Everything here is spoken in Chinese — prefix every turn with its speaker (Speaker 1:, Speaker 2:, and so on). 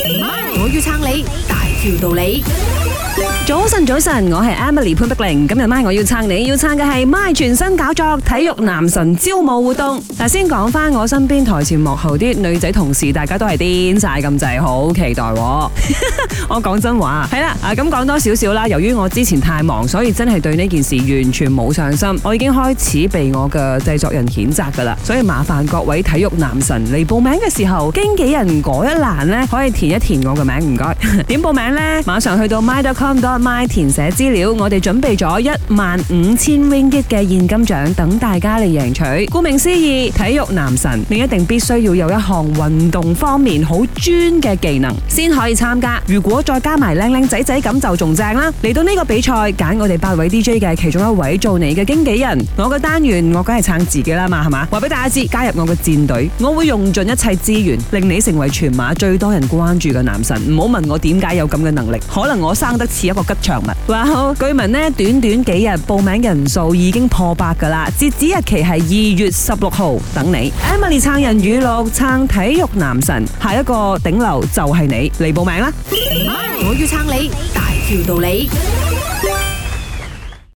Speaker 1: 我要撐你，大條道理。
Speaker 2: 早晨，我係 Emily 潘碧玲。今日晚我要撐你，要撐嘅係 MY 全新搞作體育男神招募活動。先講翻我身邊台前幕後啲女仔同事，大家都係癲晒咁滯，好期待。我講真話，係啦，咁講多少少啦。由於我之前太忙，所以真係對呢件事完全冇上心。我已經開始被我嘅製作人譴責噶啦，所以麻煩各位體育男神嚟報名嘅時候，經紀人嗰一欄呢，可以填一填我嘅名，唔該。點報名呢？馬上去到 my.com.my 填寫資料，我哋準備咗15000 ringgit 嘅現金獎等大家嚟贏取。顧名思義，體育男神你一定必須要有一項運動方面好專嘅技能先可以參加。如果再加埋靚靚仔仔咁就仲正啦。嚟到呢個比賽，揀我哋8位 DJ 嘅其中一位做你嘅經紀人。我嘅單元我梗係撐自己啦嘛，係嘛？話俾大家知，加入我嘅戰隊，我會用盡一切資源令你成為全馬最多人關注嘅男神。唔好問我點解有咁嘅能力，可能我生得似一個吉祥物。話好，據聞呢短短幾日報名人數已經破百噶啦，截止日期係2月16號，等你。Emily 撐人語錄，撐體育男神，下一個頂流就係你，嚟報名啦！
Speaker 1: 我要撐你，大條道理。